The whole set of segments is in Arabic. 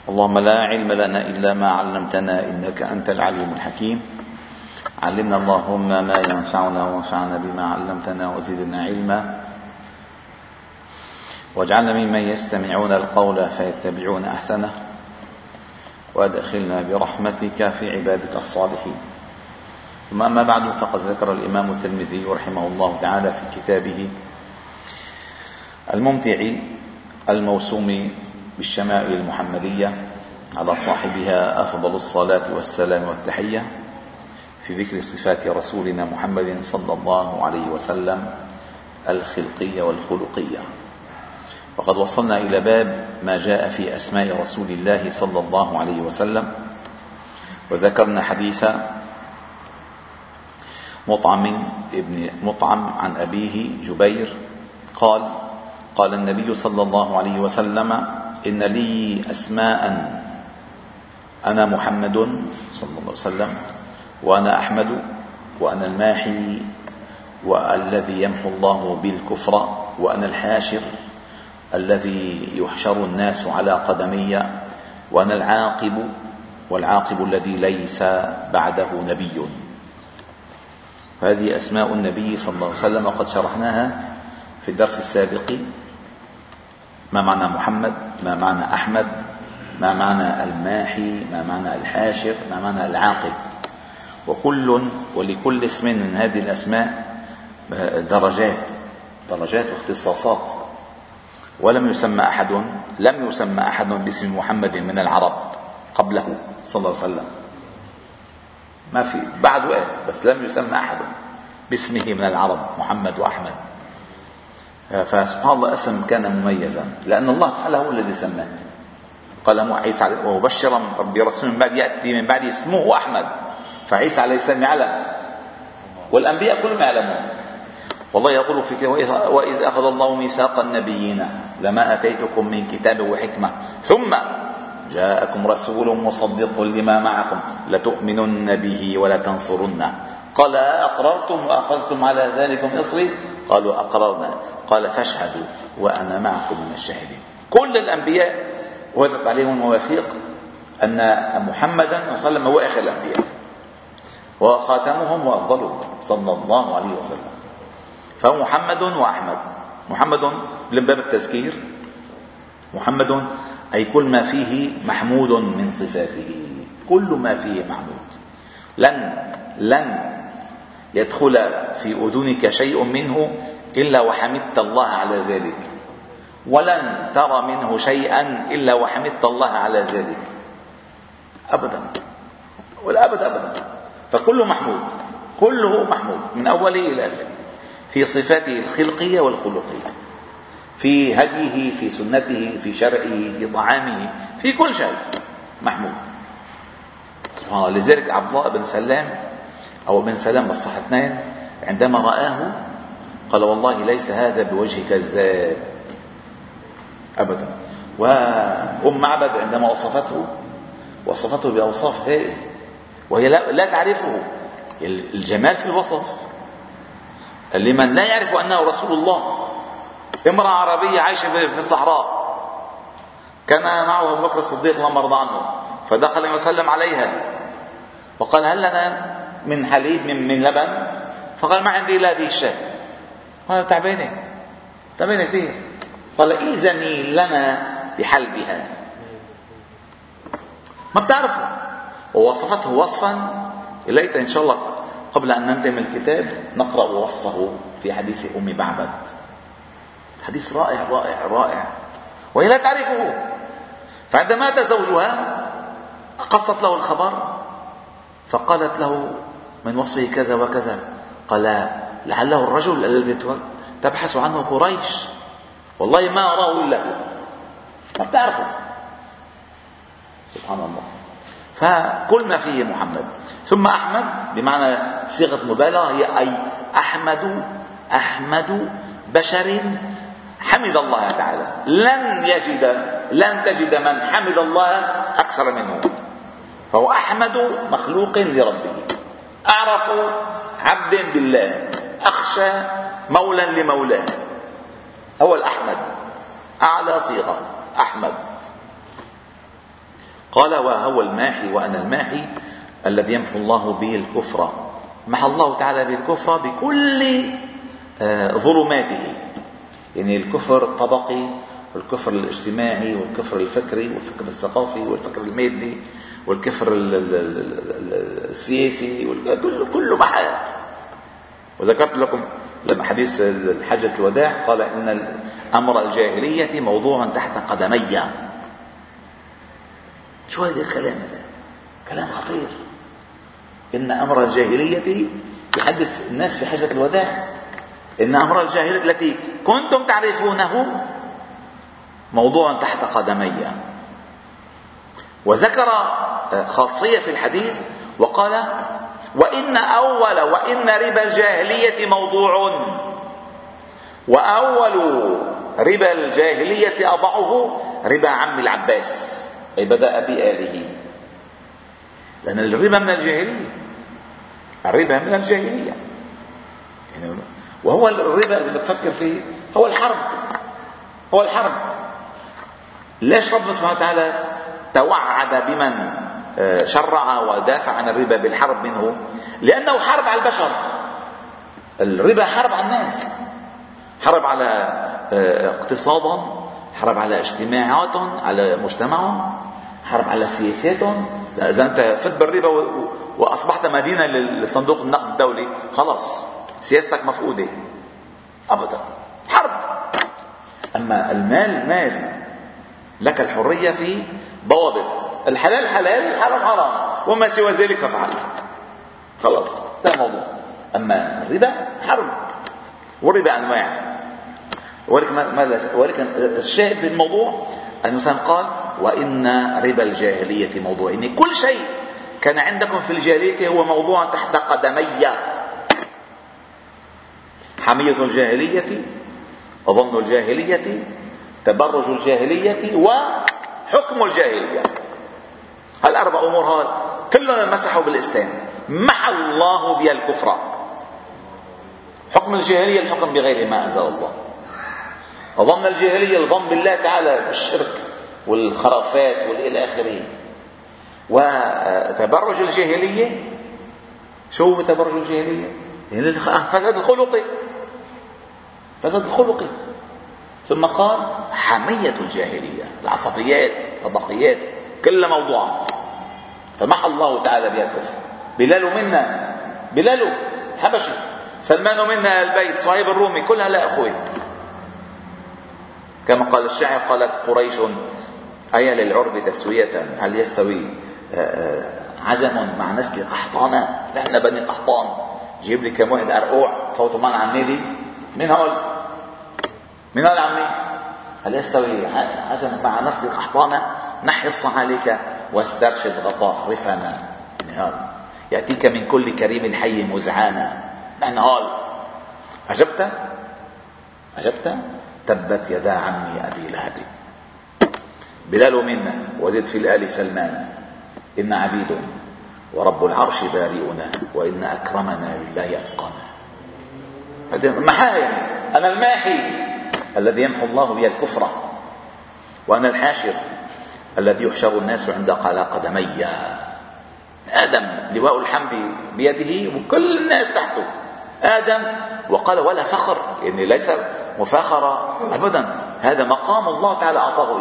اللهم لا علم لنا إلا ما علمتنا إنك أنت العليم الحكيم. علمنا اللهم ما ينفعنا وانفعنا بما علمتنا وزدنا علما، واجعلنا ممن يستمعون القول فيتبعون أحسنه، وأدخلنا برحمتك في عبادك الصالحين. ثم أما بعد، فقد ذكر الإمام الترمذي رحمه الله تعالى في كتابه الممتع الموسوم بالشمائل المحمدية على صاحبها أفضل الصلاة والسلام والتحية، في ذكر صفات رسولنا محمد صلى الله عليه وسلم الخلقية والخلقية. وقد وصلنا إلى باب ما جاء في أسماء رسول الله صلى الله عليه وسلم، وذكرنا حديث مطعم عن أبيه جبير قال النبي صلى الله عليه وسلم: إن لي أسماء، أنا محمد صلى الله عليه وسلم، وأنا أحمد، وأنا الماحي والذي يمحو الله بالكفر، وأنا الحاشر الذي يحشر الناس على قدمي، وأنا العاقب والعاقب الذي ليس بعده نبي. هذه أسماء النبي صلى الله عليه وسلم، وقد شرحناها في الدرس السابق. ما معنى محمد، ما معنى أحمد، ما معنى الماحي، ما معنى الحاشر، ما معنى العاقب. ولكل اسم من هذه الأسماء درجات واختصاصات. ولم يسمى أحد باسم محمد من العرب قبله صلى الله عليه وسلم، ما في بعد بس لم يسمى أحد باسمه من العرب محمد وأحمد. فسبحان الله، اسم كان مميزا لأن الله تعالى هو الذي سماه. قال عيسى عليه: وبشرا برسول يأتي من بعد اسمه أحمد. فعيسى عليه السلام يعلم، والأنبياء كلهم يعلمون. والله يقول في وإذ أخذ الله ميثاق النبيين لما أتيتكم من كتاب وحكمة ثم جاءكم رسول مصدق لما معكم لتؤمنن به ولتنصرنه. قال: أقررتم وأخذتم على ذلكم إصري؟ قالوا: أقررنا. قال: فاشهدوا وأنا معكم من الشاهدين. كل الأنبياء وردت عليهم المواثيق أن محمدا صلى الله عليه وسلم هو آخر الأنبياء وخاتمهم وأفضلهم صلى الله عليه وسلم. فهو محمد وأحمد. محمد من باب التذكير، محمد أي كل ما فيه محمود من صفاته، كل ما فيه محمود. لن يدخل في أذنك شيء منه إلا وحمدت الله على ذلك، ولن ترى منه شيئا إلا وحمدت الله على ذلك أبدا ولا أبدا. فكله محمود، كله محمود من أوله إلى آخره، في صفاته الخلقية والخلقية، في هديه، في سنته، في شرعه، في طعامه، في كل شيء محمود سبحان الله. لذلك عبد الله بن سلام أو بن سلام بالصح اثنين عندما رآه قال: والله ليس هذا بوجه كذاب أبدا. وأم معبد عندما وصفته بأوصاف هائلة، وهي لا تعرفه. الجمال في الوصف لمن لا يعرف أنه رسول الله. امرأة عربية عايشة في الصحراء، كان معه أبو بكر الصديق الله يرضى عنه، فدخل وسلم عليها وقال: هل لنا من حليب من لبن؟ فقال: ما عندي إلا هذه الشاة. قال: تعبيني كثير. قال: إذني لنا بحلبها. ما بتعرفه. ووصفته وصفا ليت إن شاء الله قبل أن ننتهي من الكتاب نقرأ وصفه في حديث أم معبد. حديث رائع رائع رائع، وهي لا تعرفه. فعندما مات زوجها قصت له الخبر، فقالت له: من وصفه كذا وكذا. قال: لعله الرجل الذي تبحث عنه قريش، والله ما أراه إلا هو. ما بتعرفه سبحان الله. فكل ما فيه محمد. ثم أحمد بمعنى صيغة مبالغة، هي أي أحمد بشر حمد الله تعالى. لن تجد من حمد الله أكثر منه. فهو أحمد مخلوق لربه، أعرف عبد بالله، أخشى مولا لمولاه. هو الأحمد، أعلى صيغة أحمد. قال وهو الماحي وأنا الماحي الذي يمحو الله به الكفر. محى الله تعالى به الكفر بكل ظلماته، يعني الكفر الطبقي والكفر الاجتماعي والكفر الفكري والفكر الثقافي والفكر المادي والكفر السياسي، كله محى. وذكرت لكم لما حديث حجة الوداع قال إن أمر الجاهلية موضوع تحت قدمي. شو هذا الكلام؟ هذا كلام خطير. إن أمر الجاهلية، يحدث الناس في حجة الوداع، إن أمر الجاهلية التي كنتم تعرفونه موضوع تحت قدمي. وذكر خاصية في الحديث وقال وإن ربا الجاهلية موضوع، وأول ربا الجاهلية أضعه ربا عم العباس، أي بدأ بآله، لأن الربا من الجاهلية، الربا من الجاهلية يعني. وهو الربا إذا بتفكر فيه هو الحرب. ليش ربنا سبحانه وتعالى توعد بمن شرع ودافع عن الربا بالحرب منه؟ لأنه حرب على البشر. الربا حرب على الناس، حرب على اقتصادهم، حرب على اجتماعاتهم، على مجتمعهم، حرب على سياساتهم. إذا أنت فت بالربا وأصبحت مدينة لصندوق النقد الدولي، خلاص سياستك مفقودة أبدا، حرب. أما المال مال، لك الحرية في ضوابط، الحلال حلال، الحرام حرام، وما سوى ذلك فافعل، خلاص ده موضوع. أما الربا حرب، والربا أنواع. ولكن الشاهد في الموضوع أنه قال وإن ربا الجاهلية موضوع، يعني كل شيء كان عندكم في الجاهلية هو موضوع تحت قدمي. حمية الجاهلية، ظن الجاهلية، تبرج الجاهلية، وحكم الجاهلية. هالأربع أمور هال كلنا مسحوا بالإسلام، محى الله بها الكفر. حكم الجاهلية الحكم بغير ما أنزل الله. ظن الجاهلية الظن بالله تعالى بالشرك والخرافات والإلى آخره. وتبرج الجاهلية، شو هو تبرج الجاهلية؟ يعني فساد الخلقي. ثم قال حمية الجاهلية، العصبيات، الطبقيات، كل موضوع. فمحى الله تعالى بها الكفر. بلال حبشي، سلمان منا البيت، صهيب الرومي، كلها لا أخوي. كما قال الشاعر قالت قريش أيا للعرب تسوية، هل يستوي عجم مع نسل قحطانة؟ نحن بني قحطان، جيب لي كم واحد أرقوع فوتوا معنا عن النادي. من هول عمي؟ هل يستوي عجم مع نسل قحطانة؟ نحي الصعاليك واسترشد غطارفنا. يأتيك من كل كريم الحي مزعانا. نحن هول. عجبت تبت يدا عمي أبي لهب. بلال منا وزد في الآل سلمان، إن عبيد ورب العرش بارئنا، وإن أكرمنا لله أتقانا. هذا محا، يعني أنا الماحي الذي يمحو الله بها الكفر، وأنا الحاشر الذي يحشر الناس عند على قدمي. آدم لواء الحمد بيده وكل الناس تحته، آدم. وقال ولا فخر، يعني ليس مفاخرة أبدا، هذا مقام الله تعالى أعطاه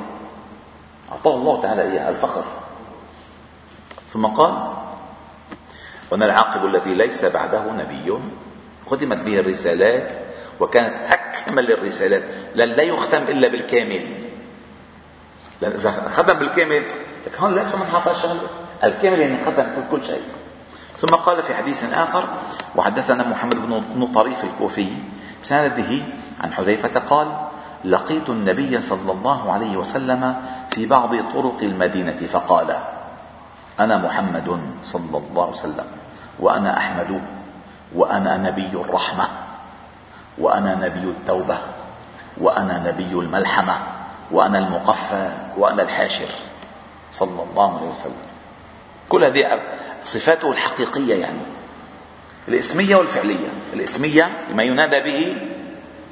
الله تعالى إياه، الفخر. ثم قال وأنا العاقب الذي ليس بعده نبي، ختمت به الرسالات وكانت أكمل الرسالات، لن لا يختم إلا بالكامل. لأن إذا ختم بالكامل هون ليس من حافظ الشغل الكامل، يعني ختم كل شيء. ثم قال في حديث آخر وحدثنا محمد بن طريف الكوفي بسنده عن حذيفة قال لقيت النبي صلى الله عليه وسلم في بعض طرق المدينة فقال أنا محمد صلى الله عليه وسلم، وأنا أحمد، وأنا نبي الرحمة، وأنا نبي التوبة، وأنا نبي الملحمة، وأنا المقفى، وأنا الحاشر صلى الله عليه وسلم. كل هذه صفاته الحقيقية، يعني الاسمية والفعلية. الاسمية ما ينادى به،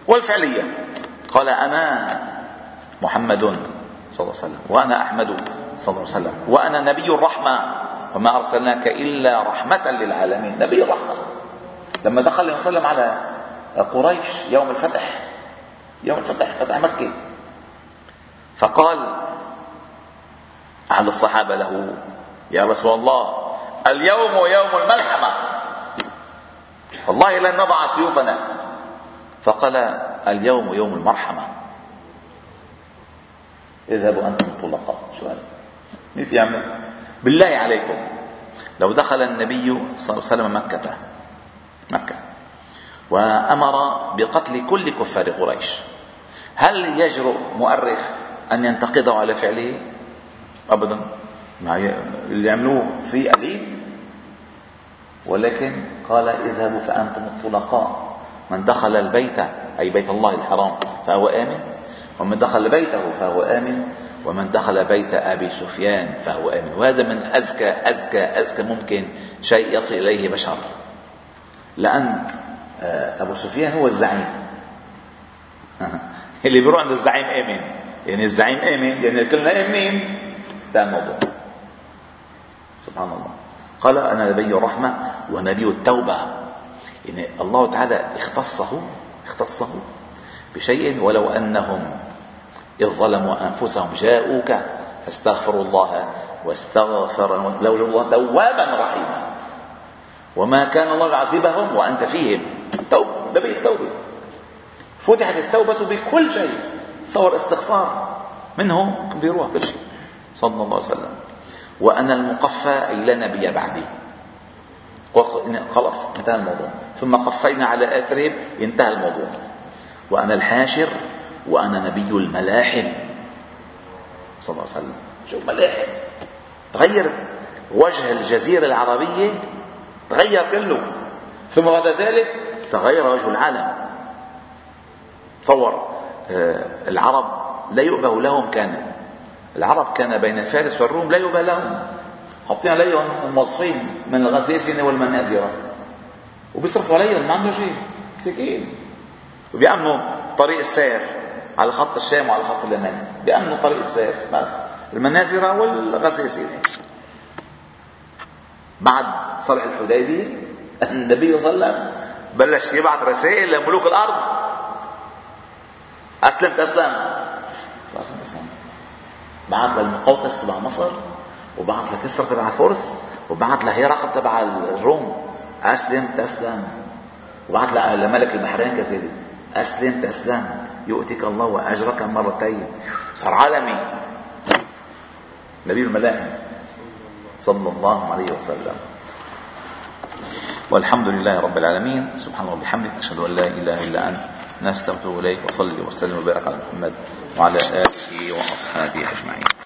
والفعلية قال أنا محمد صلى الله عليه وسلم، وأنا أحمد صلى الله عليه وسلم. وأنا نبي الرحمة وما أرسلناك إلا رحمة للعالمين. نبي الرحمة. لما دخل النبي صلى الله عليه وسلم على قريش يوم الفتح، فتح مكة، فقال أحد الصحابة له: يا رسول الله، اليوم يوم الملحمة، والله لن نضع سيوفنا. فقال: اليوم يوم المرحمة، اذهبوا أنتم الطلقاء. شو هذا؟ مين في يعمل؟ بالله عليكم لو دخل النبي صلى الله عليه وسلم مكة وأمر بقتل كل كفار قريش، هل يجرؤ مؤرخ أن ينتقده على فعله؟ أبدا. اللي يعملوه في أليم. ولكن قال: اذهبوا فأنتم الطلقاء، من دخل البيت أي بيت الله الحرام فهو آمن، ومن دخل بيته فهو آمن، ومن دخل بيت أبي سفيان فهو آمن. وهذا من أزكى ممكن شيء يصل إليه بشر، لأن أبو سفيان هو الزعيم. اللي بيروح عند الزعيم آمن، يعني الزعيم آمن، يعني كلنا آمنين. ده الموضوع. سبحان الله. قال: أنا نبي الرحمة ونبي التوبة. يعني الله تعالى اختصه بشيء: ولو أنهم إذ ظلموا أنفسهم جاءوك فاستغفروا الله واستغفر لوجه الله توابا رحيما وما كان الله يعذبهم وأنت فيهم. نبي التوبة. فتحت التوبة بكل شيء، صور استغفار منهم بيروح كل شيء صلى الله عليه وسلم. وأنا المقفى أي لا نبي بعدي، خلاص انتهى الموضوع. ثم قفينا على آثرهم، انتهى الموضوع. وأنا الحاشر وأنا نبي الملاحم صلى الله عليه وسلم. شو ملاحم؟ تغير وجه الجزيرة العربية، تغير كله. ثم بعد ذلك تغير وجه العالم. تصور العرب لا يؤبه لهم، العرب كان بين فارس والروم لا يؤبه لهم، حاطين عليهم موظفين من الغساسنة والمنازرة وبيصرفوا عليهم، ما عنده شيء، مسكين. وبيأمنوا طريق السير على خط الشام وعلى خط اليمن، بيأمنوا طريق السير بس، المنازرة والغساسنة. بعد صلح الحديبية النبي صلى الله عليه وسلم بلش يبعث رسائل لملوك الأرض: أسلم تسلم. بعث للمقوقس تبع مصر، وبعث لكسرى تبع فرس، وبعث لهرقل تبع الروم: أسلم تسلم. وبعث لملك البحرين كذلك: أسلم تسلم يؤتك الله وأجرك مرتين. صار عالمي، نبي الملاحم صلى الله عليه وسلم. والحمد لله رب العالمين. سبحان الله وبحمده، أشهد أن لا إله إلا أنت، نستغفرك إليك. وصلي وسلم وبارك على محمد وعلى آله وأصحابه أجمعين.